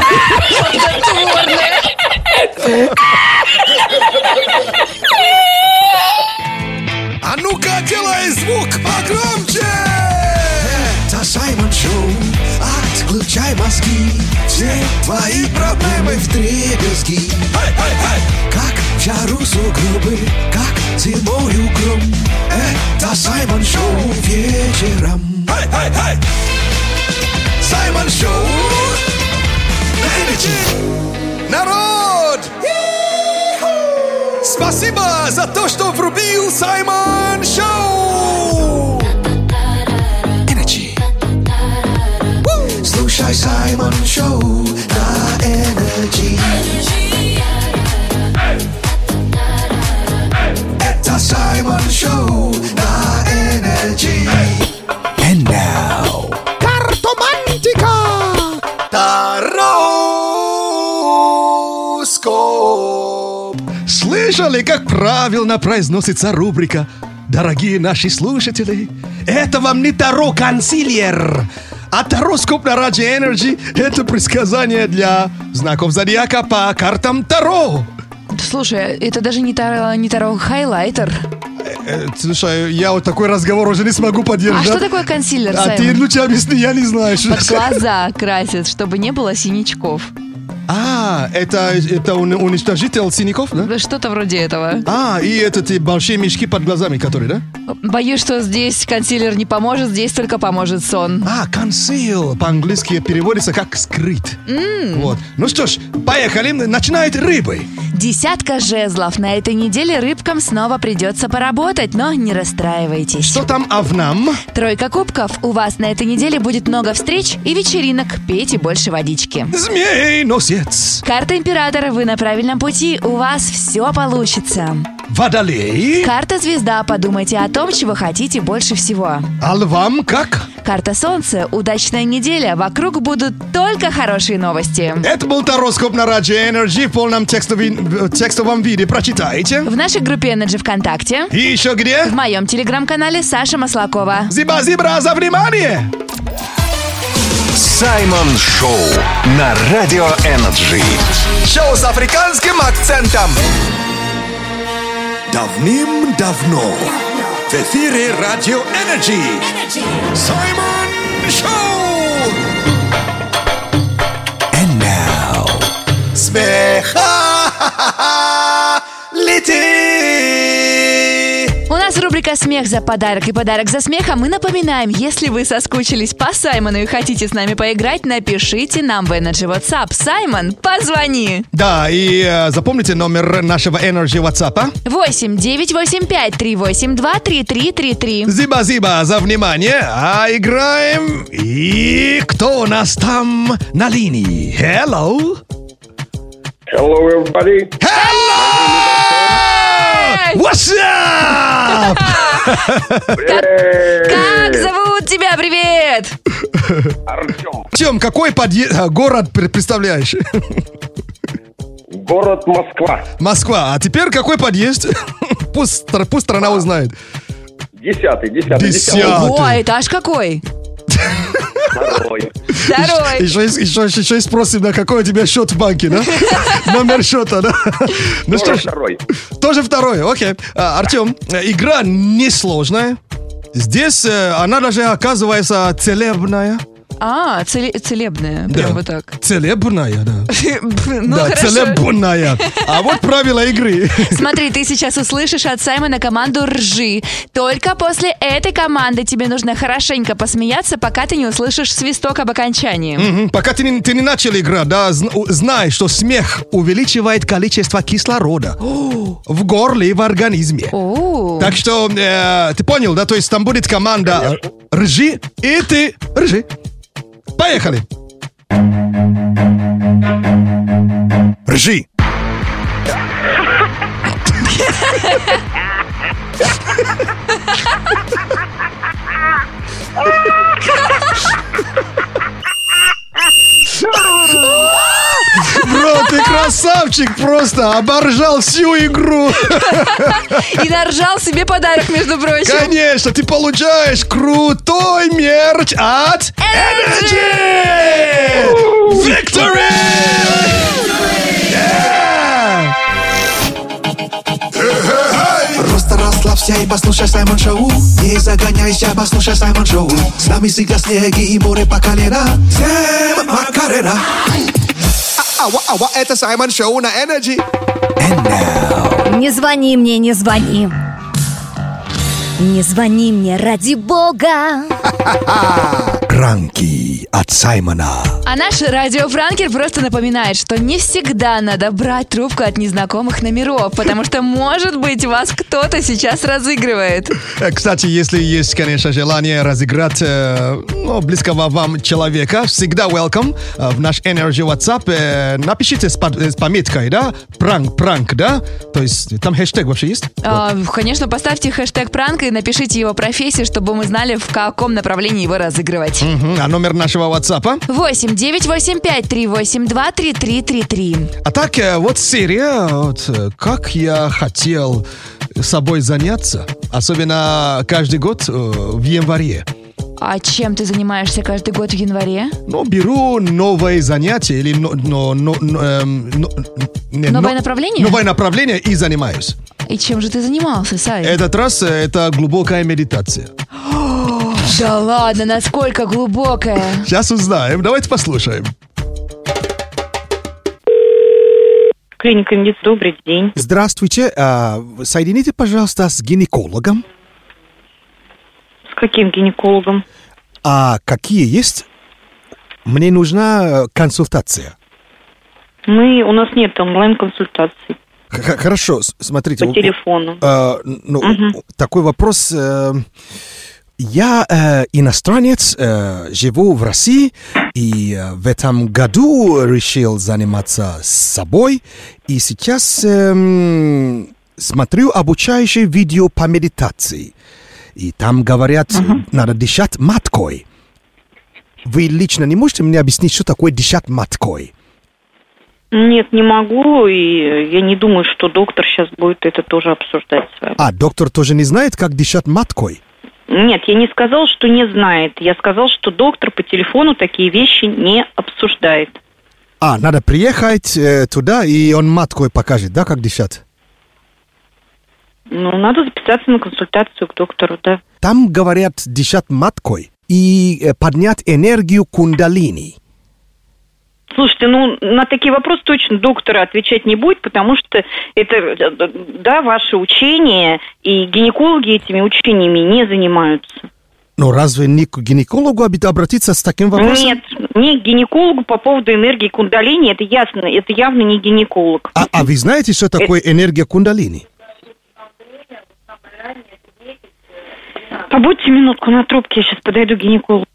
[SPEAKER 5] А ну-ка, делай звук погромче! Это Саймон Шоу. Отключай мозги. Все твои проблемы вдребезги. Как в жару сугробы, как зимою гром. Это Саймон Шоу вечером. Саймон Шоу на Energy. Народ! Спасибо за то, что врубил Саймон Шоу! Energy. Woo! Слушай Саймон Шоу на Energy. Это Саймон Шоу на Energy. And now. Картомантика! Тароскоп!
[SPEAKER 1] Слышали, как правильно произносится рубрика? Дорогие наши слушатели, это вам не Таро-консильер, а Тароскоп на Радио Energy – это предсказание для знаков зодиака по картам Таро.
[SPEAKER 2] Слушай, это даже не Таро, не Таро хайлайтер.
[SPEAKER 1] Э, Слушай, я вот такой разговор уже не смогу
[SPEAKER 2] А
[SPEAKER 1] поддержать.
[SPEAKER 2] что такое консилер,
[SPEAKER 1] А ты
[SPEAKER 2] Саймон?
[SPEAKER 1] лучше объясни, я не знаю. что
[SPEAKER 2] Под
[SPEAKER 1] такое.
[SPEAKER 2] глаза красят, чтобы не было синячков.
[SPEAKER 1] А, это, это уни- уничтожитель синяков, да?
[SPEAKER 2] Что-то вроде этого.
[SPEAKER 1] А, и это те большие мешки под глазами, которые, да?
[SPEAKER 2] Боюсь, что здесь консилер не поможет, здесь только поможет сон.
[SPEAKER 1] А, conceal. По-английски переводится как скрыт.
[SPEAKER 2] М.
[SPEAKER 1] Вот. Ну что ж, поехали. Начинает рыбы.
[SPEAKER 2] Десятка жезлов. На этой неделе рыбкам снова придется поработать, но не расстраивайтесь.
[SPEAKER 1] Что там овнам?
[SPEAKER 2] Тройка кубков. У вас на этой неделе будет много встреч и вечеринок. Пейте больше водички.
[SPEAKER 1] Змей носец.
[SPEAKER 2] Карта императора. Вы на правильном пути. У вас все получится.
[SPEAKER 1] Водолей.
[SPEAKER 2] Карта звезда. Подумайте о том, чего хотите больше всего.
[SPEAKER 1] А львам как?
[SPEAKER 2] Карта солнца. Удачная неделя. Вокруг будут только хорошие новости.
[SPEAKER 1] Это был тароскоп на Радио Energy в полном текстовом, текстовом виде. Прочитайте.
[SPEAKER 2] В нашей группе Energy ВКонтакте.
[SPEAKER 1] И еще где?
[SPEAKER 2] В моем телеграм-канале Саша Маслакова.
[SPEAKER 1] Зиба-зибра за внимание!
[SPEAKER 3] Саймон Шоу на Радио Энерджи.
[SPEAKER 5] Шоу с африканским акцентом. Давным-давно в эфире Радио Энерджи Саймон Шоу. And now смеха лети.
[SPEAKER 2] У нас рубрика «Смех за подарок» и «Подарок за смех», а мы напоминаем, если вы соскучились по Саймону и хотите с нами поиграть, напишите нам в Energy WhatsApp. Саймон, позвони!
[SPEAKER 1] Да, и э, запомните номер нашего Energy WhatsApp.
[SPEAKER 2] восемь девять восемь пять три восемь два три три три три.
[SPEAKER 1] Зиба-зиба за внимание. А играем. И кто у нас там на линии? Hello.
[SPEAKER 9] Hello, everybody.
[SPEAKER 1] What's up?
[SPEAKER 2] Как зовут тебя? Привет!
[SPEAKER 9] Артем.
[SPEAKER 1] Тем, какой подъезд, город пр- представляешь?
[SPEAKER 9] Город Москва.
[SPEAKER 1] Москва. А теперь какой подъезд? Пусть, стр- пусть страна узнает.
[SPEAKER 9] Десятый, десятый,
[SPEAKER 1] Десятый.
[SPEAKER 2] Ого, этаж какой?
[SPEAKER 9] Второй.
[SPEAKER 2] Второй.
[SPEAKER 1] Еще, еще, еще, еще и спросим, да, какой у тебя счет в банке, да? Номер счета, да? Ну что
[SPEAKER 9] Тоже
[SPEAKER 1] ж,
[SPEAKER 9] второй.
[SPEAKER 1] тоже второй, окей. А, Артем, э, игра несложная. Здесь э, она даже оказывается целебная.
[SPEAKER 2] А, целе- целебная.
[SPEAKER 1] Да.
[SPEAKER 2] Прям вот так.
[SPEAKER 1] Целебная, да.
[SPEAKER 2] Ну,
[SPEAKER 1] да,
[SPEAKER 2] хорошо.
[SPEAKER 1] целебная. А вот правила игры.
[SPEAKER 2] Смотри, ты сейчас услышишь от Саймона команду «Ржи». Только после этой команды тебе нужно хорошенько посмеяться, пока ты не услышишь свисток об окончании.
[SPEAKER 1] Мгм. Пока ты не, ты не начал играть, да, зн- у- знай, что смех увеличивает количество кислорода в горле и в организме.
[SPEAKER 2] О.
[SPEAKER 1] Так что, э, ты понял, да? То есть там будет команда «Ржи», и ты ржи. Поехали. Ржи. Бро, ты красавчик просто, оборжал всю игру.
[SPEAKER 2] И наржал себе подарок, между прочим.
[SPEAKER 1] Конечно, ты получаешь крутой мерч от Energy! Victory! Yeah!
[SPEAKER 5] Просто расслабься и послушай Саймон Шоу. Не загоняйся, послушай Саймон Шоу. С нами всегда снеги и море по колено. Сэм Макарена. Ава, ава, это Саймон Шоу на Energy.
[SPEAKER 10] Не звони мне, не звони. Не звони мне, ради бога.
[SPEAKER 5] Пранки от Саймона.
[SPEAKER 2] А наш радиофранкер просто напоминает, что не всегда надо брать трубку от незнакомых номеров, потому что, может быть, вас кто-то сейчас разыгрывает.
[SPEAKER 1] Э, Кстати, если есть, конечно, желание разыграть э, ну, близкого вам человека, всегда welcome э, в наш Energy WhatsApp. э, напишите с, под- э, с пометкой, да? Пранк, пранк, да? То есть там хэштег вообще есть?
[SPEAKER 2] А, конечно, поставьте хэштег пранк и напишите его профессию, чтобы мы знали, в каком направлении его разыгрывать.
[SPEAKER 1] Мгм. А номер нашего WhatsApp?
[SPEAKER 2] восемь девять восемь пять три восемь два три три три три.
[SPEAKER 1] А так, э, вот серия, вот, э, как я хотел собой заняться, особенно каждый год э, в январе.
[SPEAKER 2] А чем ты занимаешься каждый год в январе?
[SPEAKER 1] Ну, беру новые занятия или но, но, но, но, эм, но- не,
[SPEAKER 2] Новое
[SPEAKER 1] но-
[SPEAKER 2] направление?
[SPEAKER 1] Новое направление и занимаюсь.
[SPEAKER 2] И чем же ты занимался, Сай?
[SPEAKER 1] Этот раз э, это глубокая медитация.
[SPEAKER 2] Да ладно, насколько глубокая.
[SPEAKER 1] Сейчас узнаем. Давайте послушаем.
[SPEAKER 11] клиника «Медицина». Добрый день.
[SPEAKER 5] Здравствуйте. А, соедините, пожалуйста, с гинекологом.
[SPEAKER 11] С каким гинекологом?
[SPEAKER 5] А какие есть? Мне нужна консультация.
[SPEAKER 11] Мы, у нас нет онлайн-консультаций.
[SPEAKER 5] Х- Хорошо, с- смотрите.
[SPEAKER 11] По
[SPEAKER 5] у-
[SPEAKER 11] телефону.
[SPEAKER 5] а, ну,
[SPEAKER 11] Мгм.
[SPEAKER 5] такой вопрос. э, Я э, иностранец, э, живу в России, и э, в этом году решил заниматься собой. И сейчас эм, смотрю обучающее видео по медитации. И там говорят, надо дышать маткой. Вы лично не можете мне объяснить, что такое дышать маткой?
[SPEAKER 11] Нет, не могу, и я не думаю, что доктор сейчас будет это тоже обсуждать с вами.
[SPEAKER 5] А, доктор тоже не знает, как дышать маткой?
[SPEAKER 11] Нет, я не сказал, что не знает. Я сказал, что доктор по телефону такие вещи не обсуждает.
[SPEAKER 5] А, надо приехать э, туда, и он маткой покажет, да, как дышать?
[SPEAKER 11] Ну, надо записаться на консультацию к доктору, да.
[SPEAKER 5] Там говорят дышать маткой и э, поднять энергию кундалини.
[SPEAKER 11] Слушайте, ну, на такие вопросы точно доктора отвечать не будет, потому что это, да, ваше учение, и гинекологи этими учениями не занимаются.
[SPEAKER 5] Но разве не к гинекологу обид- обратиться с таким вопросом?
[SPEAKER 11] Нет, не к гинекологу по поводу энергии кундалини, это ясно, это явно не гинеколог.
[SPEAKER 5] А, а вы знаете, что такое энергия кундалини?
[SPEAKER 11] Побудьте минутку на трубке, я сейчас подойду к гинекологу.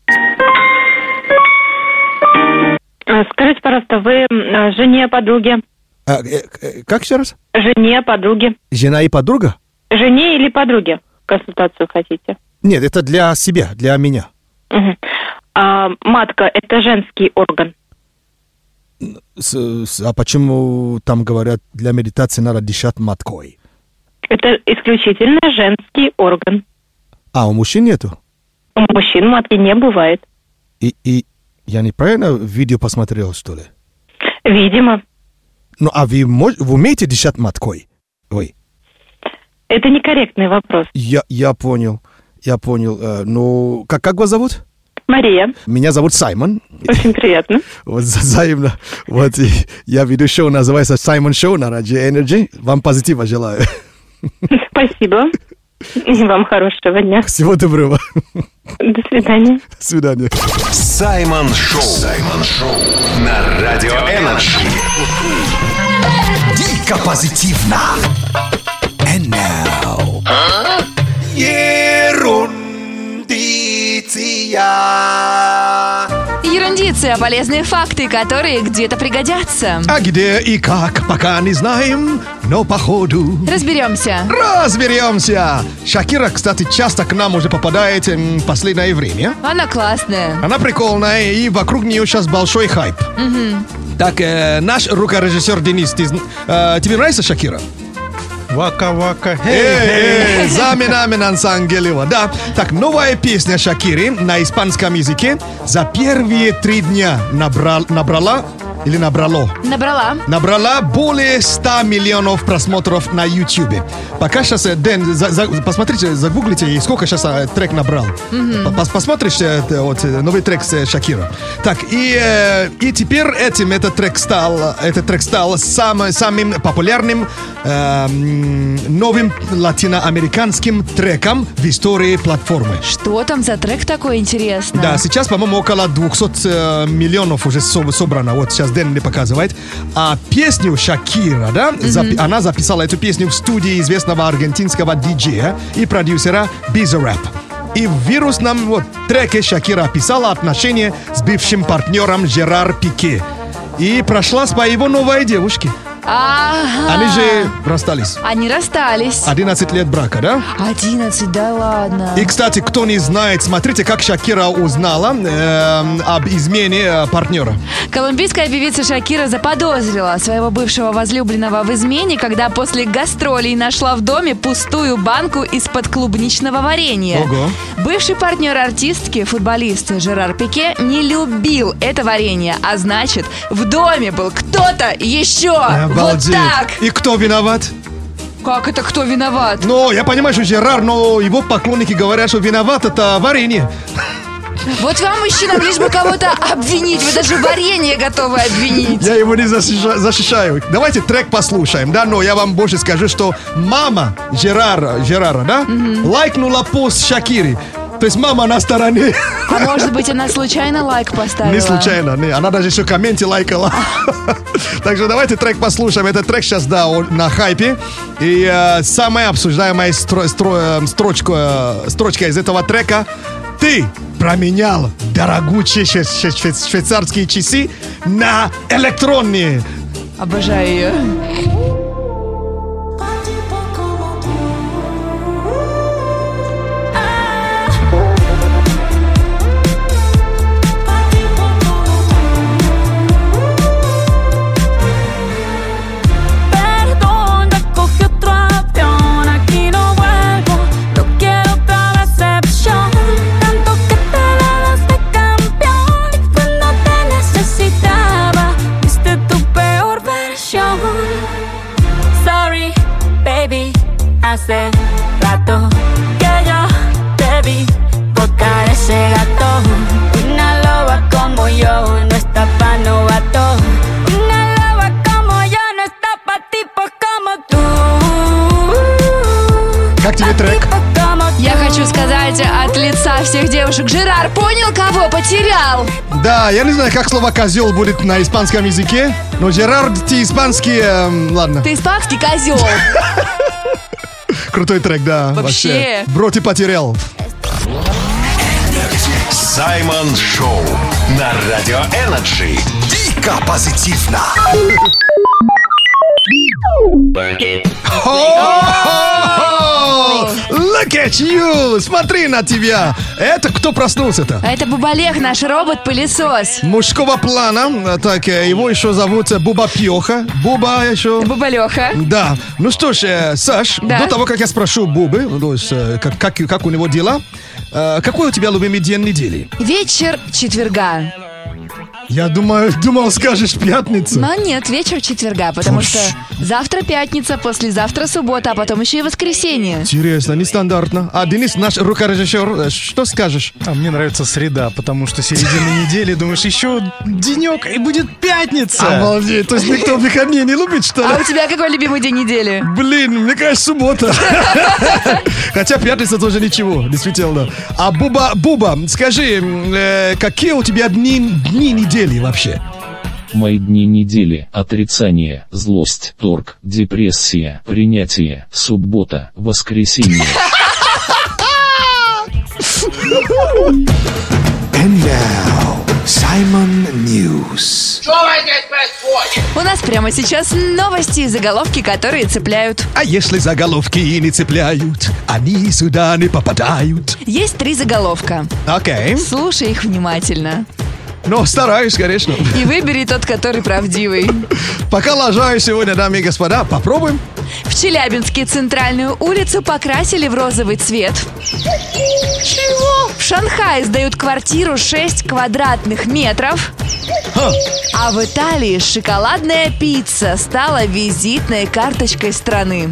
[SPEAKER 11] Скажите, пожалуйста, вы э, жене подруги?
[SPEAKER 5] А, э, э, как еще раз?
[SPEAKER 11] Жене подруги.
[SPEAKER 5] Жена и подруга?
[SPEAKER 11] Жене или подруге консультацию хотите?
[SPEAKER 5] Нет, это для себя, для меня.
[SPEAKER 11] Мгм. А, матка – это женский орган.
[SPEAKER 5] С- с- а почему там говорят, для медитации надо дышать маткой?
[SPEAKER 11] Это исключительно женский орган.
[SPEAKER 5] А, у мужчин нету?
[SPEAKER 11] У мужчин матки не бывает.
[SPEAKER 5] И, и я неправильно видео посмотрел, что ли?
[SPEAKER 11] Видимо.
[SPEAKER 5] Ну, а вы, мож- вы умеете дышать маткой? Ой,
[SPEAKER 11] Это некорректный вопрос.
[SPEAKER 5] я, я понял, я понял. Э, ну, как, как вас зовут?
[SPEAKER 11] Мария,
[SPEAKER 5] Меня зовут Саймон.
[SPEAKER 11] очень приятно.
[SPEAKER 5] Вот за- взаимно. Вот и я веду шоу, называется Саймон Шоу на Радио Energy. Вам позитива желаю.
[SPEAKER 11] Спасибо. И вам хорошего дня.
[SPEAKER 5] Всего доброго.
[SPEAKER 11] До свидания.
[SPEAKER 5] До свидания.
[SPEAKER 3] Саймон Шоу. Саймон Шоу на Радио Энерджи.
[SPEAKER 5] Дико позитивно. And now. Ерундиция.
[SPEAKER 2] Ерундиция, полезные факты, которые где-то пригодятся.
[SPEAKER 1] А где и как, пока не знаем, но походу
[SPEAKER 2] Разберемся.
[SPEAKER 1] разберемся. Шакира, кстати, часто к нам уже попадает м, в последнее время.
[SPEAKER 2] Она классная.
[SPEAKER 1] Она прикольная, и вокруг нее сейчас большой хайп.
[SPEAKER 2] Мгм.
[SPEAKER 1] Так, э, наш рукорежиссер Денис, ты, зн- э, тебе нравится Шакира?
[SPEAKER 7] Вака-вака.
[SPEAKER 1] Эй, эй, Заминамин Ансангелева. Да, так, новая песня Шакири на испанском языке за первые три дня набрал, набрала или набрало?
[SPEAKER 2] Набрала.
[SPEAKER 1] Набрала более ста миллионов просмотров на Ютубе. Пока сейчас, э, Дэн, за- за- посмотрите, загуглите, сколько сейчас э, трек набрал.
[SPEAKER 2] Мгм.
[SPEAKER 1] Пос- Посмотришь э, т- вот, э, новый трек с э, Шакира. Так, и, э, и теперь этим этот трек стал, этот трек стал самым, самым популярным э, м, новым латиноамериканским треком в истории платформы.
[SPEAKER 2] Что там за трек такой интересный?
[SPEAKER 1] Да, сейчас, по-моему, около двухсот э, миллионов уже со- собрано. Вот сейчас Дэн мне показывает. А песню Шакира, да, запи- она записала эту песню в студии известного аргентинского диджея и продюсера Bizarrap. И в вирусном вот, треке Шакира описала отношения с бывшим партнером Жерар Пике. И прошлась по его новой девушке.
[SPEAKER 2] Ага.
[SPEAKER 1] Они же расстались.
[SPEAKER 2] Они расстались.
[SPEAKER 1] одиннадцать лет брака, да?
[SPEAKER 2] одиннадцать, да ладно.
[SPEAKER 1] И, кстати, кто не знает, смотрите, как Шакира узнала эм, об измене э, партнера.
[SPEAKER 2] Колумбийская певица Шакира заподозрила своего бывшего возлюбленного в измене, когда после гастролей нашла в доме пустую банку из-под клубничного варенья.
[SPEAKER 1] Ого.
[SPEAKER 2] Бывший партнер артистки, футболист Жерар Пике, не любил это варенье, а значит, в доме был кто-то еще. Вот
[SPEAKER 1] Обалдеть.
[SPEAKER 2] так.
[SPEAKER 1] И кто виноват?
[SPEAKER 2] Как это кто виноват?
[SPEAKER 1] Ну, я понимаю, что Жерар, но его поклонники говорят, что виноват это варенье.
[SPEAKER 2] Вот вам, мужчинам, лишь бы кого-то обвинить. Вы даже варенье готовы обвинить.
[SPEAKER 1] Я его не защища- защищаю. Давайте трек послушаем, да, но я вам больше скажу, что мама Жерара, Жерара, да, лайкнула пост Шакири. То есть мама на стороне.
[SPEAKER 2] А может быть, она случайно лайк поставила?
[SPEAKER 1] Не случайно, не. Она даже еще в комменте лайкала. Так что давайте трек послушаем. Этот трек сейчас, да, он на хайпе. И э, самая обсуждаемая стро- стро- строчка, строчка из этого трека: ты променял дорогущие шве- шве- шве- швейцарские часы на электронные.
[SPEAKER 2] Обожаю ее.
[SPEAKER 6] Perdón, ya cogí otro avión, aquí no vuelvo, no quiero otra decepción. Tanto que te dabas de campeón y cuando te necesitaba, viste tu peor versión. Sorry, baby, hace rato que yo te vi tocar ese gato. Una loba como yo no está pa' novato. Una loba como yo no está pa' tipos como tú.
[SPEAKER 1] Как тебе трек?
[SPEAKER 2] Я хочу сказать от лица всех девушек: Жерар, понял, кого потерял?
[SPEAKER 1] Да, я не знаю, как слово козел будет на испанском языке, но Жерар, ты испанский, эм, ладно.
[SPEAKER 2] Ты испанский козел.
[SPEAKER 1] Крутой трек, да.
[SPEAKER 2] Вообще.
[SPEAKER 1] Бро, ты потерял.
[SPEAKER 3] Саймон Шоу на Радио Энерджи.
[SPEAKER 5] Дико позитивно.
[SPEAKER 1] О-о-о! Look at you! Смотри на тебя! Это кто проснулся-то?
[SPEAKER 2] А это Бубалех, наш робот-пылесос.
[SPEAKER 1] Мужского плана. Так, э, его еще зовут э, Буба Пьеха. Буба еще...
[SPEAKER 2] Бубалеха.
[SPEAKER 1] Да. Ну что ж, э, Саш,
[SPEAKER 2] Да.
[SPEAKER 1] до того, как я спрошу Бубы, то есть, э, как, как, как у него дела, э, какой у тебя любимый день недели?
[SPEAKER 2] Вечер четверга.
[SPEAKER 1] Я думаю, думал, скажешь пятница.
[SPEAKER 2] Но нет, вечер четверга, потому что завтра пятница, послезавтра суббота, а потом еще и воскресенье.
[SPEAKER 1] Интересно, нестандартно. А Денис, наш рукорежиссер, э, что скажешь?
[SPEAKER 7] А мне нравится среда, потому что середина недели, думаешь, еще денек и будет пятница.
[SPEAKER 1] Обалдеть, то есть никто выходные не любит, что ли?
[SPEAKER 2] А у тебя какой любимый день недели?
[SPEAKER 1] Блин, мне кажется, суббота. Хотя пятница тоже ничего, действительно. А Буба, Буба, скажи, э, какие у тебя дни, дни недели вообще?
[SPEAKER 12] Мои дни недели: отрицание, злость, торг, депрессия, принятие, суббота, воскресенье.
[SPEAKER 5] And now, Simon News.
[SPEAKER 2] У нас прямо сейчас новости и заголовки, которые цепляют.
[SPEAKER 1] А если заголовки и не цепляют, они сюда не попадают.
[SPEAKER 2] Есть три заголовка.
[SPEAKER 1] Окей.
[SPEAKER 2] Слушай их внимательно.
[SPEAKER 1] Ну, стараюсь, конечно.
[SPEAKER 2] И выбери тот, который правдивый.
[SPEAKER 1] Пока лажаю сегодня, дамы и господа, попробуем.
[SPEAKER 2] В Челябинске центральную улицу покрасили в розовый цвет. Чего? В Шанхае сдают квартиру шесть квадратных метров.
[SPEAKER 1] Ха.
[SPEAKER 2] А в Италии шоколадная пицца стала визитной карточкой страны.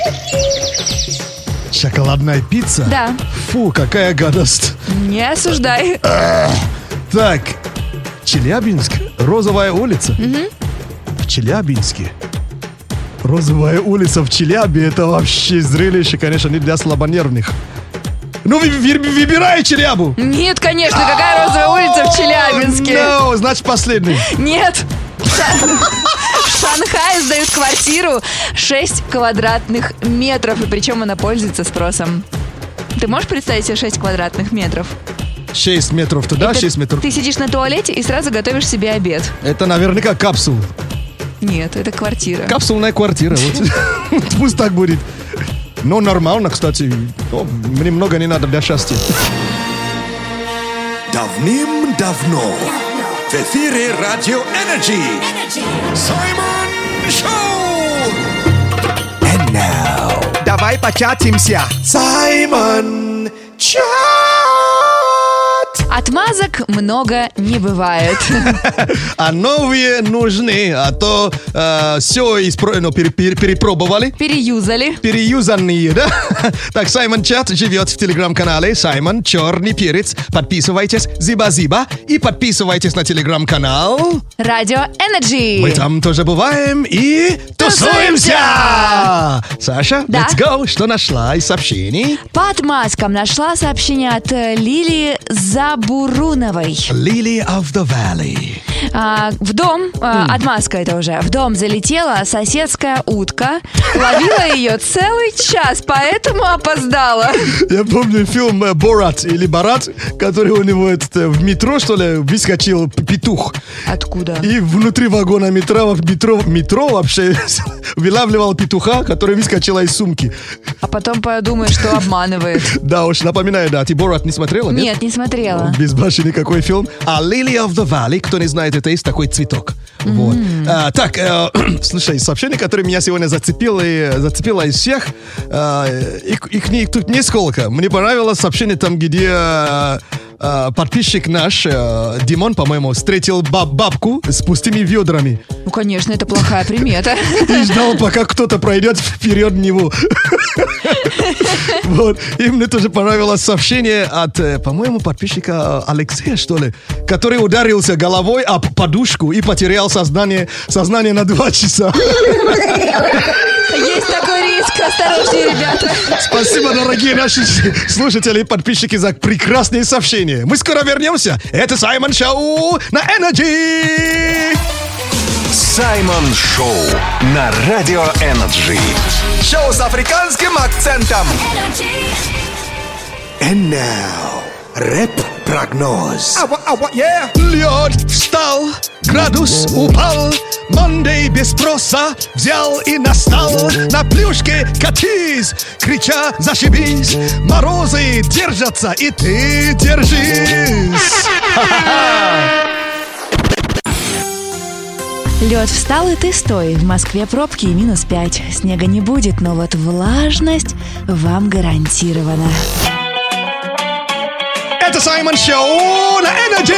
[SPEAKER 1] Шоколадная пицца?
[SPEAKER 2] Да.
[SPEAKER 1] Фу, какая гадость.
[SPEAKER 2] Не осуждай.
[SPEAKER 1] Так, Челябинск, Розовая улица.
[SPEAKER 2] Мгм.
[SPEAKER 1] В Челябинске. Розовая улица в Челябе, это вообще зрелище, конечно, не для слабонервных. Ну, вы- вы- выбирай Челябу.
[SPEAKER 2] Нет, конечно, какая розовая улица в Челябинске?
[SPEAKER 1] No, значит, последний.
[SPEAKER 2] Нет. В Шан- в Шанхае сдают квартиру шесть квадратных метров, и причем она пользуется спросом. Ты можешь представить себе шесть квадратных метров?
[SPEAKER 1] шесть метров туда,
[SPEAKER 2] Это
[SPEAKER 1] шесть метров.
[SPEAKER 2] Ты сидишь на туалете и сразу готовишь себе обед.
[SPEAKER 1] Это наверняка капсул.
[SPEAKER 2] Нет, это квартира.
[SPEAKER 1] Капсульная квартира. Вот. Пусть так будет. Но нормально, кстати. О, мне много не надо для счастья.
[SPEAKER 5] Давным-давно в эфире Радио Энерджи Саймон Шоу. And now,
[SPEAKER 1] давай початимся.
[SPEAKER 5] Саймон Чат.
[SPEAKER 2] Отмазок много не бывает.
[SPEAKER 1] А новые нужны, а то все перепробовали.
[SPEAKER 2] Переюзали.
[SPEAKER 1] Переюзанные, да? Так, Саймон Чат живет в телеграм-канале Саймон Черный Перец. Подписывайтесь, зиба-зиба. И подписывайтесь на телеграм-канал
[SPEAKER 2] Радио Energy.
[SPEAKER 1] Мы там тоже бываем и тусуемся! Саша,
[SPEAKER 2] Да.
[SPEAKER 1] let's go. Что нашла из сообщений?
[SPEAKER 2] По отмазкам нашла сообщение от э, Лилии Забуруновой.
[SPEAKER 1] Lily of the Valley.
[SPEAKER 2] А, в дом, а, отмазка это уже, в дом залетела соседская утка, ловила ее целый час, поэтому опоздала.
[SPEAKER 1] Я помню фильм э, «Борат» или «Барат», который у него этот, э, в метро, что ли, выскочил п- петух.
[SPEAKER 2] Откуда?
[SPEAKER 1] И внутри вагона метро, в метро, метро вообще вылавливал петуха, который выскочил из сумки.
[SPEAKER 2] А потом подумаешь, что обманывает.
[SPEAKER 1] Да уж, напоминаю, да. Ты «Борат» не смотрела, нет?
[SPEAKER 2] Нет, не смотрела.
[SPEAKER 1] Безбашенный какой фильм. А «Lily of the Valley», кто не знает, это есть такой цветок. Вот. А, так, э, слушай, сообщение, которое меня сегодня зацепило, и, зацепило из всех, э, их, их, не- тут несколько. Мне понравилось сообщение там, где э, э, подписчик наш, э, Димон, по-моему, встретил баб- бабку с пустыми ведрами
[SPEAKER 2] Ну, конечно, это плохая примета.
[SPEAKER 1] и ждал, пока кто-то пройдет вперед него. Вот. И мне тоже понравилось сообщение от, э, по-моему, подписчика Алексея, что ли, который ударился головой об подушку и потерял сознание, сознание на два часа.
[SPEAKER 2] Есть такой риск, осторожнее, ребята.
[SPEAKER 1] Спасибо, дорогие наши слушатели и подписчики, за прекрасные сообщения. Мы скоро вернемся. Это Саймон Шоу на Energy.
[SPEAKER 3] Саймон Шоу на Радио Энерджи.
[SPEAKER 5] Шоу с африканским акцентом. And now, рэп-прогноз.
[SPEAKER 1] Лед встал, градус упал, Монday без спроса взял и настал. На плюшке катись, крича зашибись, морозы держатся, и ты держись.
[SPEAKER 2] Лед встал, и ты стой. В Москве пробки и минус пять. Снега не будет, но вот влажность вам гарантирована.
[SPEAKER 1] Это Саймон Шоу на Energy!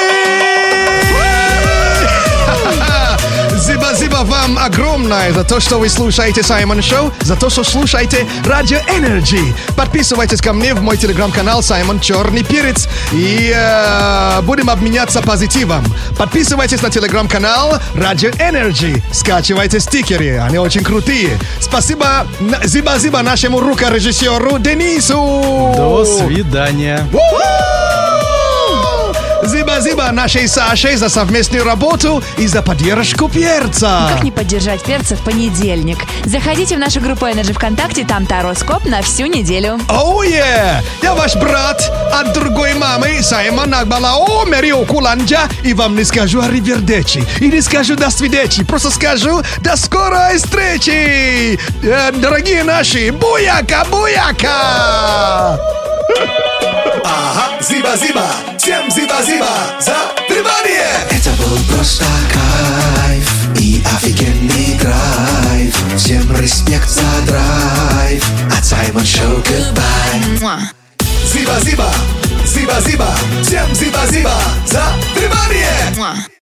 [SPEAKER 1] Зиба-зиба вам огромное за то, что вы слушаете Саймон Шоу, за то, что слушаете Радио Energy. Подписывайтесь ко мне в мой телеграм-канал Саймон Черный Перец и э, будем обменяться позитивом. Подписывайтесь на телеграм-канал Радио Energy. Скачивайте стикеры, они очень крутые. Спасибо на- зиба-зиба нашему рукорежиссеру Денису.
[SPEAKER 7] До свидания.
[SPEAKER 1] Зиба-зиба нашей Саше за совместную работу и за поддержку перца.
[SPEAKER 2] Как не поддержать перца в понедельник? Заходите в нашу группу Energy ВКонтакте, там тароскоп на всю неделю.
[SPEAKER 1] Оу, е! Я ваш брат от другой мамы, Саймон Акбалао Мерио Куланджа, и вам не скажу аривердечи, и не скажу до свидечи, просто скажу до скорой встречи! Э, дорогие наши, буяка, буяка!
[SPEAKER 5] Ага, зиба-зиба, всем зиба-зиба за внимание! Это был просто кайф и офигенный драйв. Всем респект за драйв. От Саймон Шоу goodbye. Зиба-зиба, зиба-зиба, всем зиба-зиба за внимание!